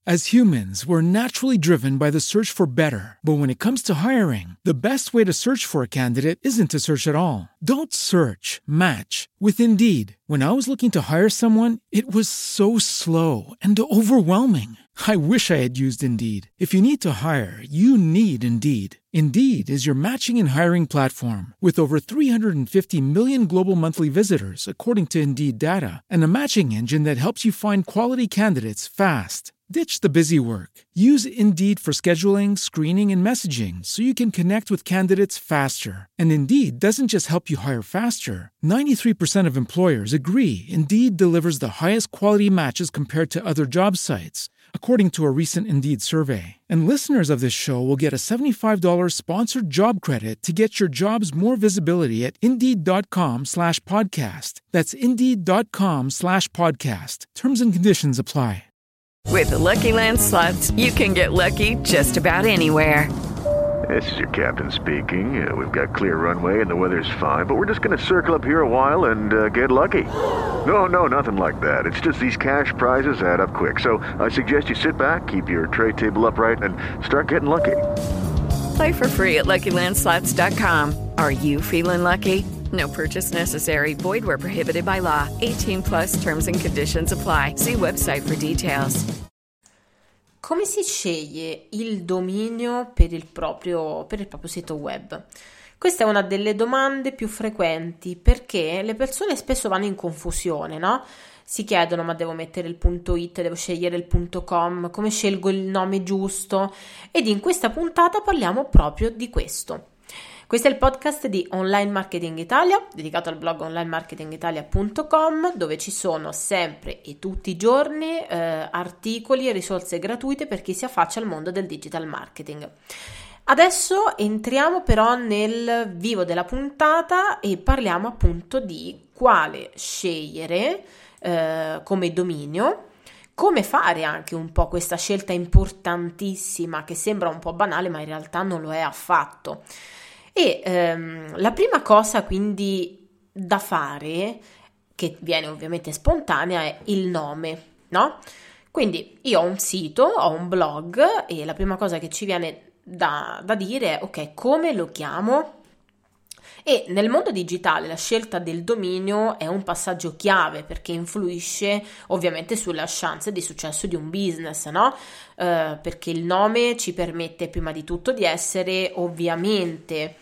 As humans, we're naturally driven by the search for better. But when it comes to hiring, the best way to search for a candidate isn't to search at all. Don't search, match with Indeed. When I was looking to hire someone, it was so slow and overwhelming. I wish I had used Indeed. If you need to hire, you need Indeed. Indeed is your matching and hiring platform with over 350 million global monthly visitors, according to Indeed data, and a matching engine that helps you find quality candidates fast. Ditch the busy work. Use Indeed for scheduling, screening, and messaging so you can connect with candidates faster. And Indeed doesn't just help you hire faster. 93% of employers agree Indeed delivers the highest quality matches compared to other job sites, according to a recent Indeed survey. And listeners of this show will get a $75 sponsored job credit to get your jobs more visibility at Indeed.com/podcast. That's Indeed.com/podcast. Terms and conditions apply. With the Lucky Land Slots, you can get lucky just about anywhere. This is your captain speaking. We've got clear runway and the weather's fine, but we're just going to circle up here a while and get lucky. No, nothing like that. It's just these cash prizes add up quick. So I suggest you sit back, keep your tray table upright, and start getting lucky. Play for free at LuckyLandSlots.com. Are you feeling lucky? No purchase necessary. Void where prohibited by law. 18+ terms and conditions apply. See website for details. Come si sceglie il dominio per il proprio sito web? Questa è una delle domande più frequenti perché le persone spesso vanno in confusione, no? Si chiedono: ma devo mettere il .it, devo scegliere il .com, come scelgo il nome giusto? Ed in questa puntata parliamo proprio di questo. Questo è il podcast di Online Marketing Italia, dedicato al blog onlinemarketingitalia.com, dove ci sono sempre e tutti i giorni articoli e risorse gratuite per chi si affaccia al mondo del digital marketing. Adesso entriamo però nel vivo della puntata e parliamo appunto di quale scegliere come dominio, come fare anche un po' questa scelta importantissima che sembra un po' banale ma in realtà non lo è affatto. E la prima cosa quindi da fare, che viene ovviamente spontanea, è il nome, no? Quindi io ho un sito, ho un blog e la prima cosa che ci viene da dire è: ok, come lo chiamo? E nel mondo digitale la scelta del dominio è un passaggio chiave perché influisce ovviamente sulle chance di successo di un business, no? Perché il nome ci permette prima di tutto di essere ovviamente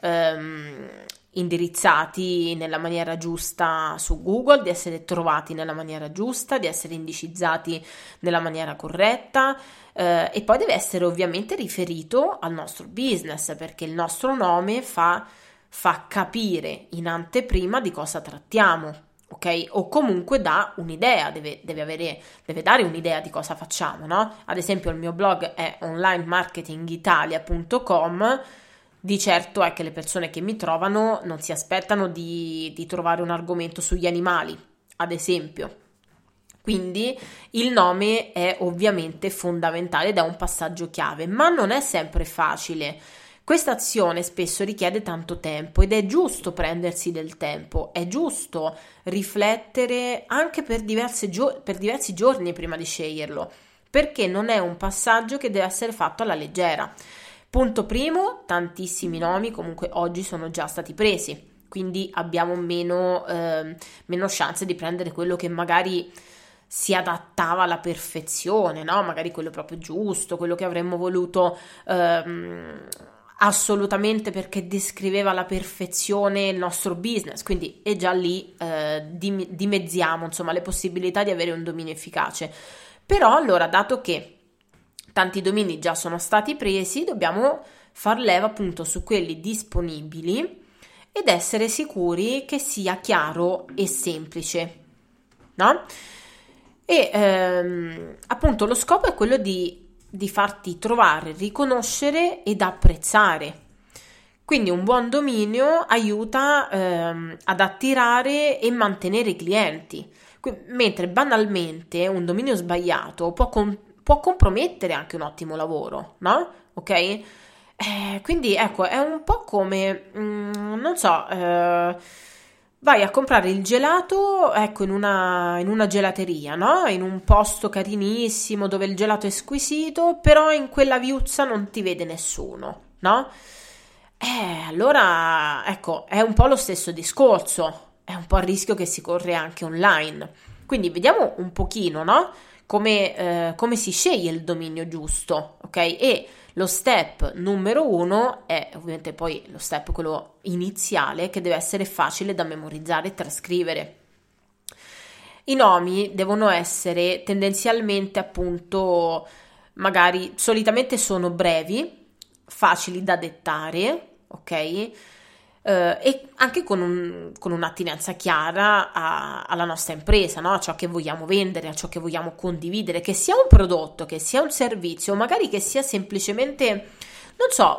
indirizzati nella maniera giusta su Google, di essere trovati nella maniera giusta, di essere indicizzati nella maniera corretta, e poi deve essere ovviamente riferito al nostro business perché il nostro nome fa capire in anteprima di cosa trattiamo, ok? O comunque dà un'idea, deve dare un'idea di cosa facciamo, no? Ad esempio il mio blog è onlinemarketingitalia.com. Di certo è che le persone che mi trovano non si aspettano di trovare un argomento sugli animali, ad esempio. Quindi il nome è ovviamente fondamentale ed è un passaggio chiave, ma non è sempre facile. Questa azione spesso richiede tanto tempo ed è giusto prendersi del tempo, è giusto riflettere anche per diversi giorni prima di sceglierlo, perché non è un passaggio che deve essere fatto alla leggera. Punto primo, tantissimi nomi comunque oggi sono già stati presi, quindi abbiamo meno chance di prendere quello che magari si adattava alla perfezione, no? Magari quello proprio giusto, quello che avremmo voluto assolutamente perché descriveva alla perfezione il nostro business, quindi è già lì dimezziamo insomma le possibilità di avere un dominio efficace. Però allora, dato che tanti domini già sono stati presi, dobbiamo far leva appunto su quelli disponibili ed essere sicuri che sia chiaro e semplice, no? E appunto lo scopo è quello di farti trovare, riconoscere ed apprezzare. Quindi un buon dominio aiuta ad attirare e mantenere i clienti, mentre banalmente un dominio sbagliato può compromettere anche un ottimo lavoro, no? Ok? Quindi ecco, è un po' come, non so, vai a comprare il gelato, ecco, in una gelateria, no? In un posto carinissimo dove il gelato è squisito, però in quella viuzza non ti vede nessuno, no? Allora, ecco, è un po' lo stesso discorso, è un po' il rischio che si corre anche online. Quindi vediamo un pochino, no? Come si sceglie il dominio giusto, ok? E lo step numero 1 è ovviamente poi lo step quello iniziale, che deve essere facile da memorizzare e trascrivere. I nomi devono essere tendenzialmente, appunto, magari solitamente sono brevi, facili da dettare, ok? E anche con un'attinenza chiara alla nostra impresa, no? A ciò che vogliamo vendere, a ciò che vogliamo condividere, che sia un prodotto, che sia un servizio, o magari che sia semplicemente, non so,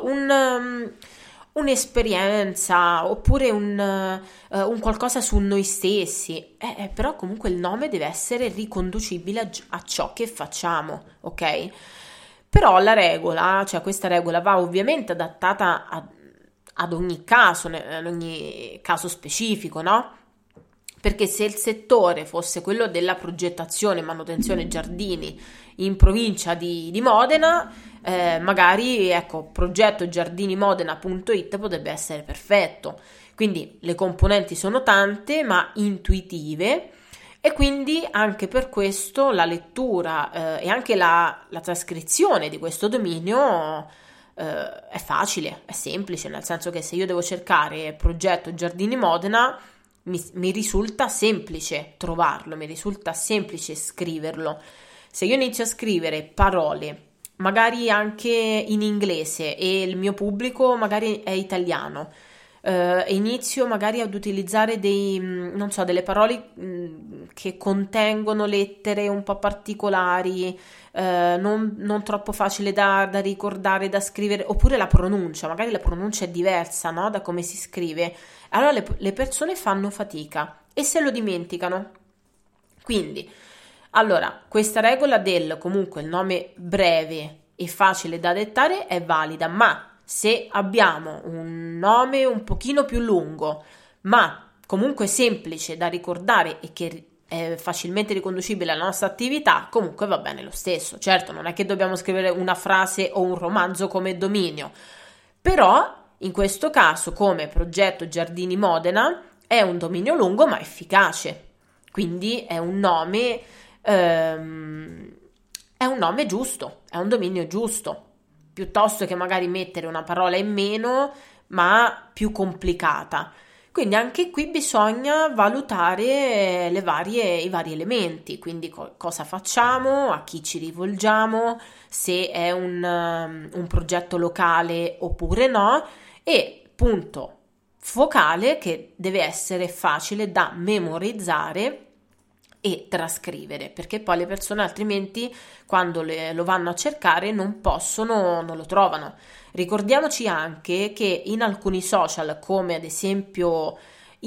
un'esperienza oppure un qualcosa su noi stessi, però comunque il nome deve essere riconducibile a ciò che facciamo, ok? Però la regola, cioè questa regola va ovviamente adattata ad ogni caso, ad ogni caso specifico, no? Perché se il settore fosse quello della progettazione, manutenzione giardini in provincia di Modena, magari, ecco, progettogiardinimodena.it potrebbe essere perfetto. Quindi le componenti sono tante, ma intuitive, e quindi anche per questo la lettura e anche la trascrizione di questo dominio è facile, è semplice, nel senso che se io devo cercare progetto Giardini Modena mi risulta semplice trovarlo, mi risulta semplice scriverlo. Se io inizio a scrivere parole, magari anche in inglese, e il mio pubblico magari è italiano, e inizio magari ad utilizzare non so, delle parole che contengono lettere un po' particolari, non troppo facile da ricordare, da scrivere, oppure la pronuncia, magari la pronuncia è diversa, no? Da come si scrive, allora le persone fanno fatica e se lo dimenticano. Quindi, allora, questa regola del comunque il nome breve e facile da dettare è valida, ma se abbiamo un nome un pochino più lungo, ma comunque semplice da ricordare e che è facilmente riconducibile alla nostra attività, comunque va bene lo stesso. Certo, non è che dobbiamo scrivere una frase o un romanzo come dominio, però in questo caso, come progetto Giardini Modena, è un dominio lungo ma efficace, quindi è un nome giusto, è un dominio giusto, piuttosto che magari mettere una parola in meno ma più complicata. Quindi anche qui bisogna valutare i vari elementi, quindi cosa facciamo, a chi ci rivolgiamo, se è un progetto locale oppure no, e punto focale che deve essere facile da memorizzare e trascrivere, perché poi le persone altrimenti quando lo vanno a cercare non lo trovano. Ricordiamoci anche che in alcuni social, come ad esempio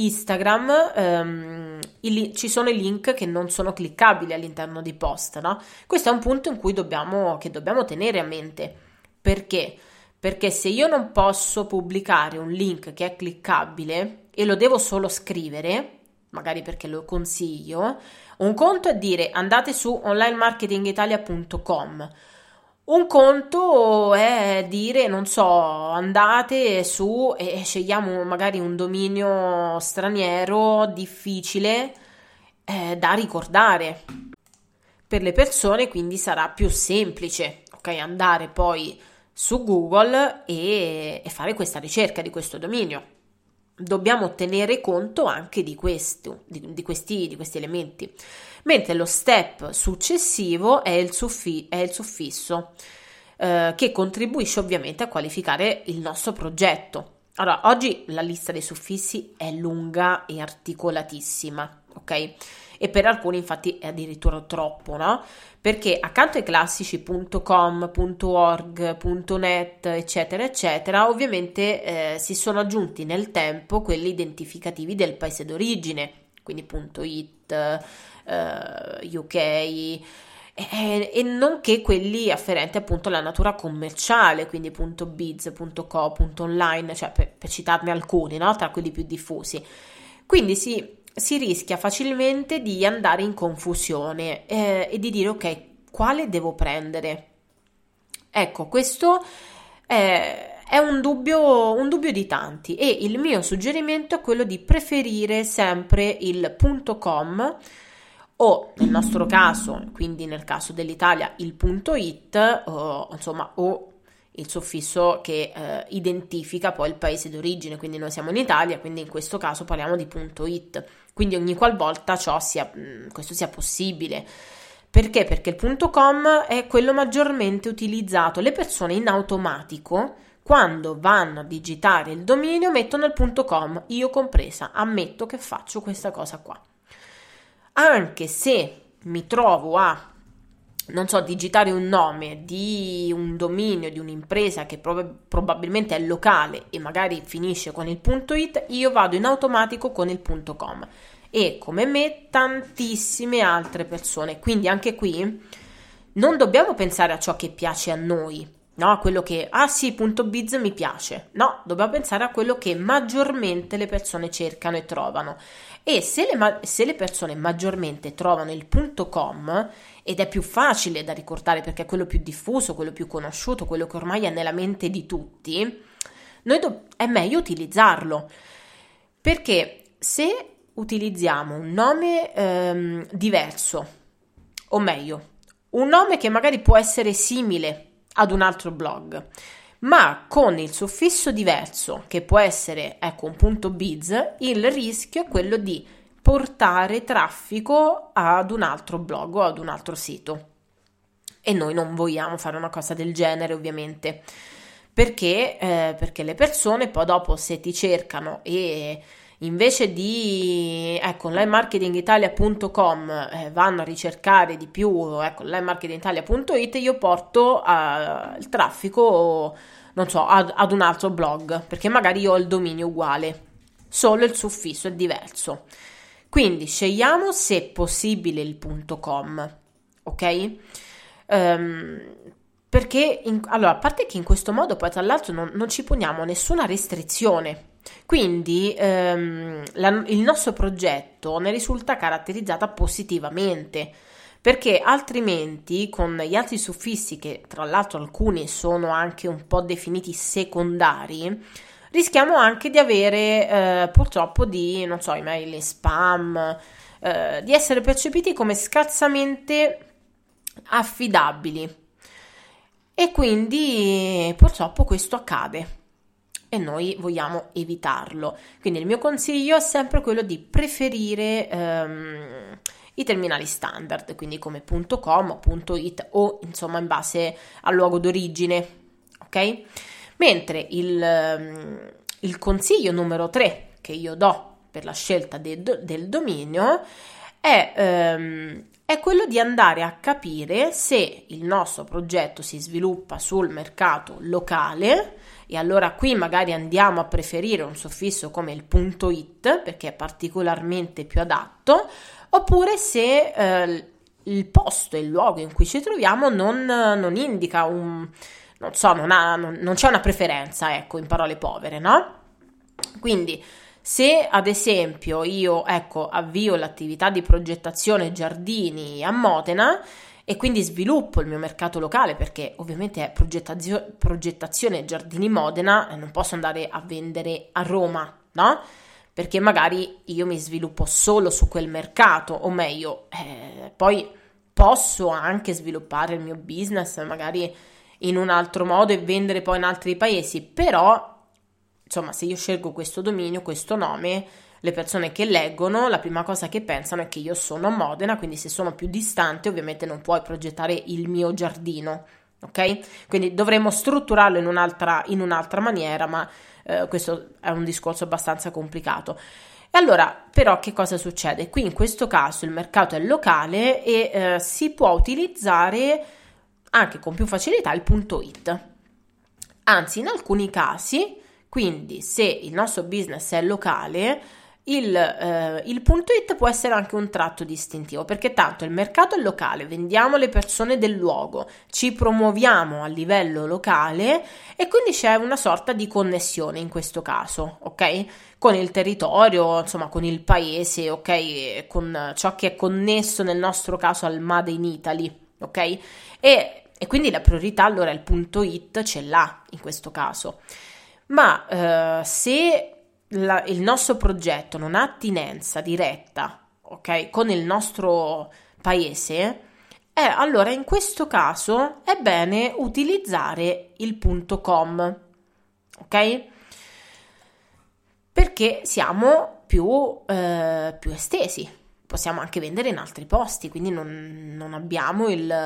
Instagram, ci sono i link che non sono cliccabili all'interno di post, no? Questo è un punto in cui dobbiamo tenere a mente. Perché? Perché se io non posso pubblicare un link che è cliccabile e lo devo solo scrivere, magari perché lo consiglio, un conto è dire andate su onlinemarketingitalia.com, un conto è dire, non so, andate su e scegliamo magari un dominio straniero difficile da ricordare per le persone, quindi sarà più semplice, ok, andare poi su Google e fare questa ricerca di questo dominio. Dobbiamo tenere conto anche di questi elementi, mentre lo step successivo è il suffisso, che contribuisce ovviamente a qualificare il nostro progetto. Allora, oggi la lista dei suffissi è lunga e articolatissima, ok? E per alcuni infatti è addirittura troppo, no? Perché accanto ai classici .com, .org, .net, eccetera, eccetera, ovviamente si sono aggiunti nel tempo quelli identificativi del paese d'origine, quindi .it, UK, e nonché quelli afferenti appunto alla natura commerciale, quindi .biz, .co, .online, cioè per citarne alcuni, no? Tra quelli più diffusi. Quindi si rischia facilmente di andare in confusione e di dire ok, quale devo prendere? Ecco, questo è un dubbio di tanti, e il mio suggerimento è quello di preferire sempre il .com, o nel nostro caso, quindi nel caso dell'Italia, il .it, o il suffisso che identifica poi il paese d'origine, quindi noi siamo in Italia, quindi in questo caso parliamo di .it, quindi ogni qualvolta questo sia possibile. Perché? Perché il .com è quello maggiormente utilizzato. Le persone in automatico, quando vanno a digitare il dominio, mettono il .com, io compresa, ammetto che faccio questa cosa qua. Anche se mi trovo a, non so, digitare un nome di un dominio, di un'impresa che probabilmente è locale e magari finisce con il .it, io vado in automatico con il .com. E come me tantissime altre persone. Quindi anche qui non dobbiamo pensare a ciò che piace a noi, no? A quello che, sì, .biz mi piace. No, dobbiamo pensare a quello che maggiormente le persone cercano e trovano. E se le persone maggiormente trovano il .com, ed è più facile da ricordare perché è quello più diffuso, quello più conosciuto, quello che ormai è nella mente di tutti, è meglio utilizzarlo. Perché se utilizziamo un nome diverso, o meglio, un nome che magari può essere simile ad un altro blog, ma con il suffisso diverso, che può essere, ecco, un .biz, il rischio è quello di portare traffico ad un altro blog o ad un altro sito. E noi non vogliamo fare una cosa del genere, ovviamente, perché le persone poi dopo, se ti cercano e invece di, ecco, onlinemarketingitalia.com vanno a ricercare di più, ecco, onlinemarketingitalia.it, io porto il traffico, non so, ad un altro blog, perché magari io ho il dominio uguale, solo il suffisso è diverso. Quindi scegliamo, se possibile, il .com, ok? Perché, allora, a parte che in questo modo poi tra l'altro non ci poniamo nessuna restrizione. Quindi il nostro progetto ne risulta caratterizzata positivamente, perché altrimenti con gli altri suffissi, che tra l'altro alcuni sono anche un po' definiti secondari, rischiamo anche di avere purtroppo non so, email spam, di essere percepiti come scarsamente affidabili, e quindi purtroppo questo accade. E noi vogliamo evitarlo. Quindi il mio consiglio è sempre quello di preferire i terminali standard, quindi come .com, .it o insomma in base al luogo d'origine, ok? Mentre il consiglio numero 3 che io do per la scelta del dominio è quello di andare a capire se il nostro progetto si sviluppa sul mercato locale. E allora qui magari andiamo a preferire un suffisso come il .it, perché è particolarmente più adatto, oppure se il posto e il luogo in cui ci troviamo non indica non c'è una preferenza, ecco, in parole povere, no? Quindi se ad esempio io, ecco, avvio l'attività di progettazione giardini a Modena, e quindi sviluppo il mio mercato locale, perché ovviamente è progettazione giardini Modena, non posso andare a vendere a Roma, no? Perché magari io mi sviluppo solo su quel mercato, o meglio, poi posso anche sviluppare il mio business magari in un altro modo e vendere poi in altri paesi, però insomma, se io scelgo questo dominio, questo nome, le persone che leggono, la prima cosa che pensano è che io sono a Modena, quindi se sono più distante ovviamente non puoi progettare il mio giardino, ok? Quindi dovremmo strutturarlo in un'altra maniera, ma questo è un discorso abbastanza complicato. E allora, però, che cosa succede? Qui in questo caso il mercato è locale e si può utilizzare anche con più facilità il .it. Anzi, in alcuni casi, quindi se il nostro business è locale, il punto .it può essere anche un tratto distintivo, perché tanto il mercato è locale, vendiamo le persone del luogo, ci promuoviamo a livello locale e quindi c'è una sorta di connessione in questo caso, ok? Con il territorio, insomma, con il paese, ok? Con ciò che è connesso nel nostro caso al Made in Italy, ok? E quindi la priorità allora il punto .it ce l'ha in questo caso. Ma se il nostro progetto non ha attinenza diretta, ok, con il nostro paese, allora in questo caso è bene utilizzare il punto .com, ok? Perché siamo più estesi, possiamo anche vendere in altri posti, quindi non abbiamo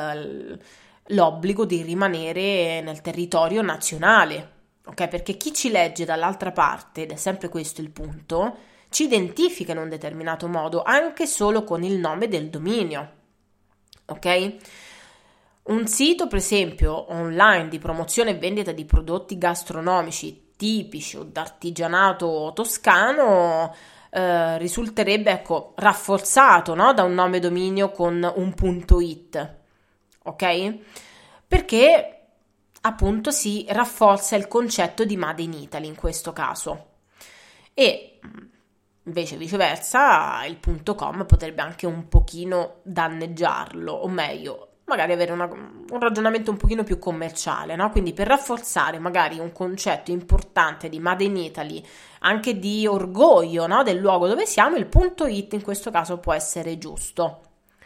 l'obbligo di rimanere nel territorio nazionale. Ok, perché chi ci legge dall'altra parte, ed è sempre questo il punto, ci identifica in un determinato modo, anche solo con il nome del dominio. Ok? Un sito, per esempio, online di promozione e vendita di prodotti gastronomici tipici o d'artigianato toscano risulterebbe, ecco, rafforzato, no? Da un nome dominio con un punto .it. Ok? Perché appunto si rafforza il concetto di Made in Italy in questo caso, e invece viceversa il punto .com potrebbe anche un pochino danneggiarlo, o meglio, magari avere un ragionamento un pochino più commerciale, no? Quindi per rafforzare magari un concetto importante di Made in Italy, anche di orgoglio, no? Del luogo dove siamo, il punto .it in questo caso può essere giusto.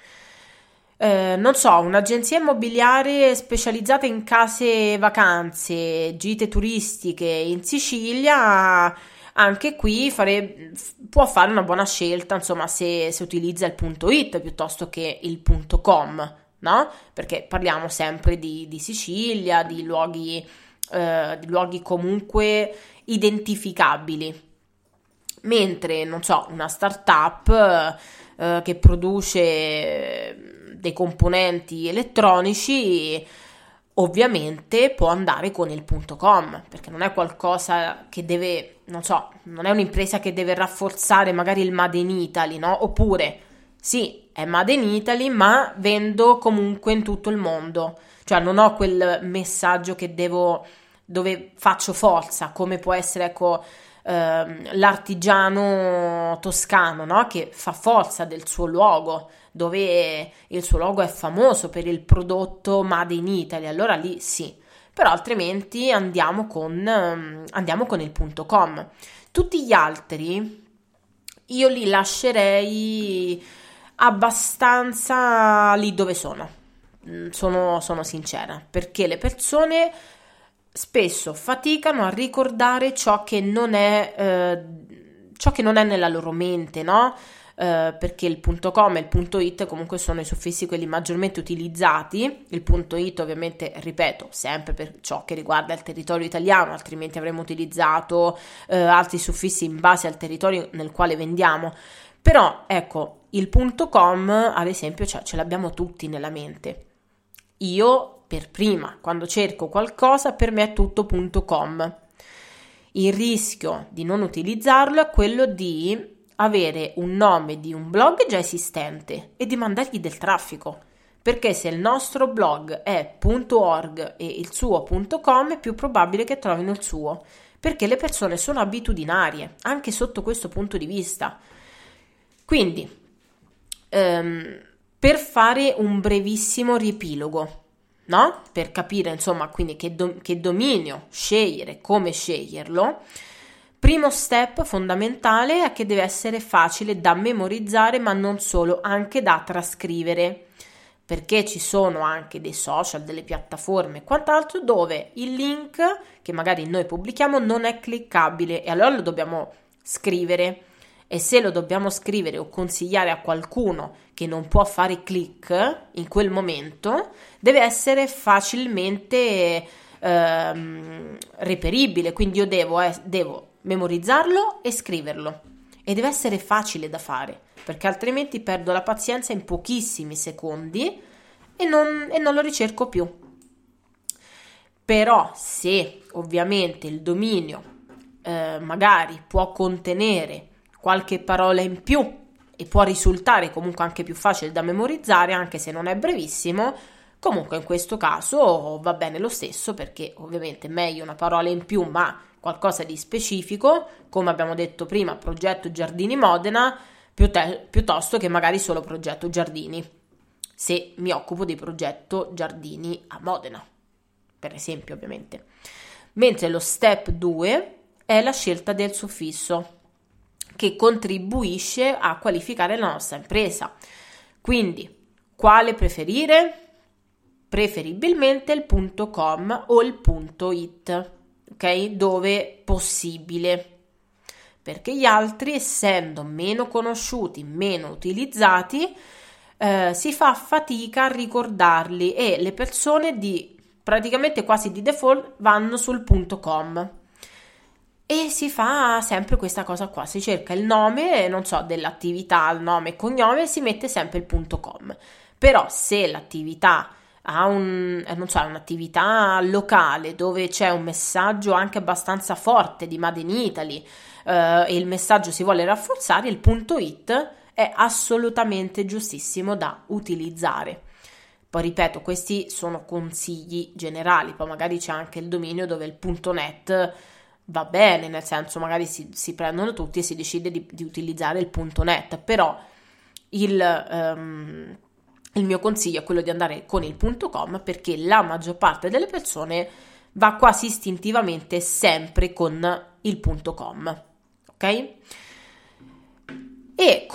Non so, un'agenzia immobiliare specializzata in case vacanze, gite turistiche in Sicilia, anche qui può fare una buona scelta, insomma, se utilizza il punto .it piuttosto che il punto .com, no? Perché parliamo sempre di Sicilia, di luoghi comunque identificabili. Mentre, non so, una startup che produce dei componenti elettronici ovviamente può andare con il punto .com, perché non è qualcosa che deve, non so, non è un'impresa che deve rafforzare magari il Made in Italy, no? Oppure sì, è Made in Italy, ma vendo comunque in tutto il mondo, cioè non ho quel messaggio che dove faccio forza, come può essere, ecco, l'artigiano toscano, no? Che fa forza del suo luogo, dove il suo luogo è famoso per il prodotto Made in Italy, allora lì sì, però altrimenti andiamo con il punto .com. Tutti gli altri io li lascerei abbastanza lì dove sono sincera, perché le persone spesso faticano a ricordare ciò che non è nella loro mente, no? Perché il punto .com e il punto .it comunque sono i suffissi quelli maggiormente utilizzati. Il punto .it ovviamente, ripeto, sempre per ciò che riguarda il territorio italiano, altrimenti avremmo utilizzato altri suffissi in base al territorio nel quale vendiamo. Però ecco, il punto .com ad esempio ce l'abbiamo tutti nella mente. Io per prima, quando cerco qualcosa, per me è tutto punto .com. Il rischio di non utilizzarlo è quello di avere un nome di un blog già esistente e di mandargli del traffico, perché se il nostro blog è .org e il suo .com è più probabile che trovino il suo, perché le persone sono abitudinarie anche sotto questo punto di vista. Quindi per fare un brevissimo riepilogo, no? Per capire insomma quindi che dominio scegliere, come sceglierlo. Primo step fondamentale è che deve essere facile da memorizzare, ma non solo, anche da trascrivere, perché ci sono anche dei social, delle piattaforme e quant'altro dove il link che magari noi pubblichiamo non è cliccabile e allora lo dobbiamo scrivere, e se lo dobbiamo scrivere o consigliare a qualcuno che non può fare click in quel momento, deve essere facilmente reperibile, quindi io devo memorizzarlo e scriverlo, e deve essere facile da fare, perché altrimenti perdo la pazienza in pochissimi secondi e non lo ricerco più. Però se ovviamente il dominio magari può contenere qualche parola in più e può risultare comunque anche più facile da memorizzare, anche se non è brevissimo, comunque in questo caso va bene lo stesso, perché ovviamente è meglio una parola in più ma qualcosa di specifico, come abbiamo detto prima, progetto Giardini Modena, piuttosto che magari solo progetto Giardini, se mi occupo di progetto Giardini a Modena, per esempio, ovviamente. Mentre lo step 2 è la scelta del suffisso, che contribuisce a qualificare la nostra impresa. Quindi, quale preferire? Preferibilmente il .com o il .it, ok? Dove possibile, perché gli altri, essendo meno conosciuti, meno utilizzati, si fa fatica a ricordarli e le persone praticamente quasi di default vanno sul .com e si fa sempre questa cosa qua, si cerca il nome, non so, dell'attività, il nome e cognome e si mette sempre il .com. Però se l'attività ha non so, un'attività locale dove c'è un messaggio anche abbastanza forte di Made in Italy e il messaggio si vuole rafforzare, il .it è assolutamente giustissimo da utilizzare. Poi ripeto, questi sono consigli generali, poi magari c'è anche il dominio dove il .net va bene, nel senso magari si prendono tutti e si decide di utilizzare il .net, però il mio consiglio è quello di andare con il .com, perché la maggior parte delle persone va quasi istintivamente sempre con il .com, ok? E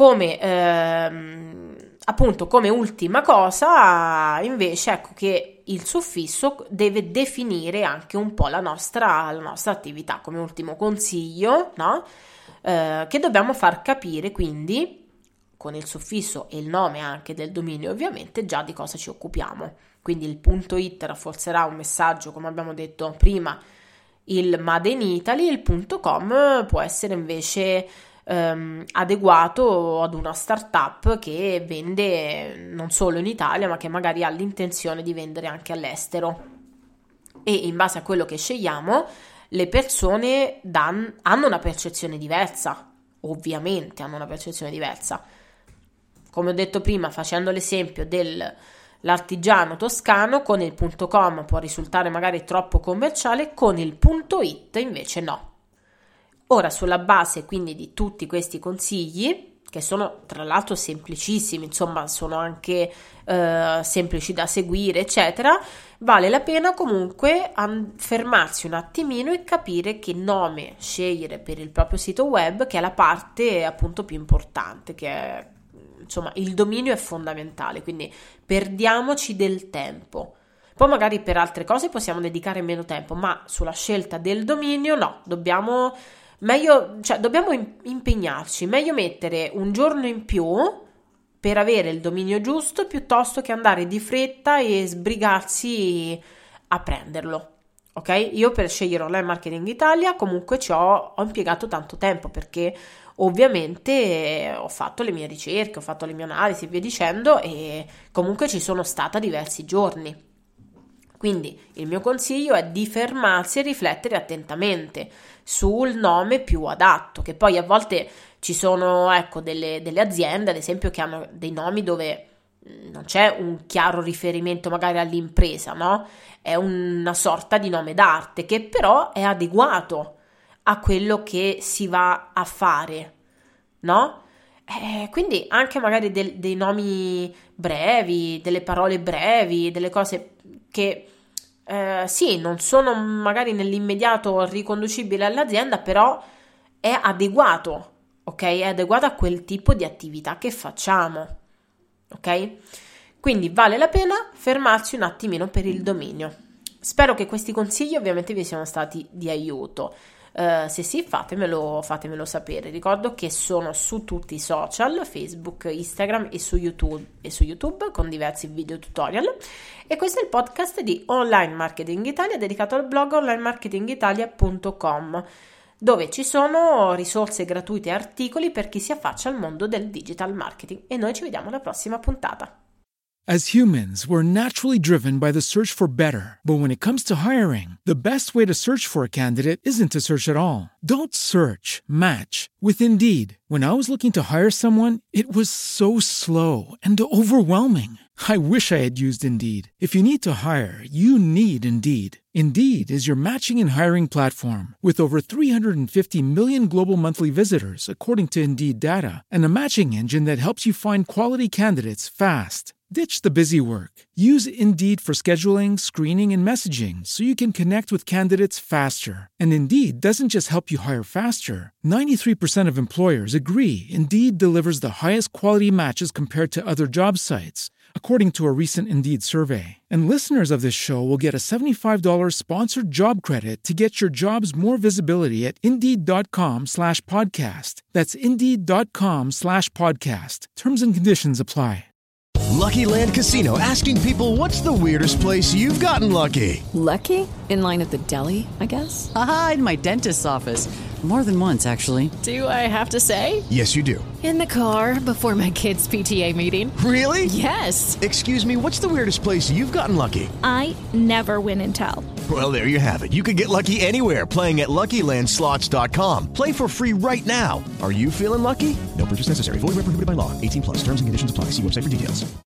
appunto come ultima cosa, invece, ecco che il suffisso deve definire anche un po' la nostra attività, come ultimo consiglio, no? Che dobbiamo far capire quindi con il suffisso e il nome anche del dominio, ovviamente, già di cosa ci occupiamo. Quindi il .it rafforzerà un messaggio, come abbiamo detto prima, il Made in Italy, il .com può essere invece adeguato ad una startup che vende non solo in Italia, ma che magari ha l'intenzione di vendere anche all'estero. E in base a quello che scegliamo, le persone hanno una percezione diversa, ovviamente hanno una percezione diversa. Come ho detto prima, facendo l'esempio dell'artigiano toscano, con il .com può risultare magari troppo commerciale, con il .it invece no. Ora, sulla base quindi di tutti questi consigli, che sono tra l'altro semplicissimi, insomma sono anche semplici da seguire, eccetera, vale la pena comunque fermarsi un attimino e capire che nome scegliere per il proprio sito web, che è la parte appunto più importante, che è, insomma, il dominio è fondamentale, quindi perdiamoci del tempo. Poi magari per altre cose possiamo dedicare meno tempo, ma sulla scelta del dominio no, dobbiamo impegnarci, meglio mettere un giorno in più per avere il dominio giusto piuttosto che andare di fretta e sbrigarsi a prenderlo, ok? Io per scegliere Online Marketing Italia comunque ho impiegato tanto tempo, perché ovviamente ho fatto le mie ricerche, ho fatto le mie analisi e via dicendo, e comunque ci sono stata diversi giorni. Quindi il mio consiglio è di fermarsi e riflettere attentamente sul nome più adatto, che poi a volte ci sono, ecco, delle aziende, ad esempio, che hanno dei nomi dove non c'è un chiaro riferimento magari all'impresa, no? È una sorta di nome d'arte che però è adeguato a quello che si va a fare, no? Quindi anche magari dei nomi brevi, delle parole brevi, delle cose che sì, non sono magari nell'immediato riconducibili all'azienda, però è adeguato, ok? È adeguato a quel tipo di attività che facciamo, ok? Quindi vale la pena fermarsi un attimino per il dominio. Spero che questi consigli ovviamente vi siano stati di aiuto. Se sì, fatemelo sapere. Ricordo che sono su tutti i social, Facebook, Instagram e su YouTube con diversi video tutorial, e questo è il podcast di Online Marketing Italia dedicato al blog onlinemarketingitalia.com, dove ci sono risorse gratuite e articoli per chi si affaccia al mondo del digital marketing, e noi ci vediamo alla prossima puntata. As humans, we're naturally driven by the search for better. But when it comes to hiring, the best way to search for a candidate isn't to search at all. Don't search, match with Indeed. When I was looking to hire someone, it was so slow and overwhelming. I wish I had used Indeed. If you need to hire, you need Indeed. Indeed is your matching and hiring platform with over 350 million global monthly visitors, according to Indeed data, and a matching engine that helps you find quality candidates fast. Ditch the busy work. Use Indeed for scheduling, screening, and messaging so you can connect with candidates faster. And Indeed doesn't just help you hire faster. 93% of employers agree Indeed delivers the highest quality matches compared to other job sites, according to a recent Indeed survey. And listeners of this show will get a $75 sponsored job credit to get your jobs more visibility at Indeed.com/podcast. That's Indeed.com/podcast. Terms and conditions apply. Lucky Land Casino, asking people, what's the weirdest place you've gotten lucky? Lucky? In line at the deli, I guess? Aha, in my dentist's office. More than once, actually. Do I have to say? Yes, you do. In the car before my kids' PTA meeting. Really? Yes. Excuse me, what's the weirdest place you've gotten lucky? I never win and tell. Well, there you have it. You can get lucky anywhere, playing at LuckyLandSlots.com. Play for free right now. Are you feeling lucky? No purchase necessary. Void where prohibited by law. 18+. Terms and conditions apply. See website for details.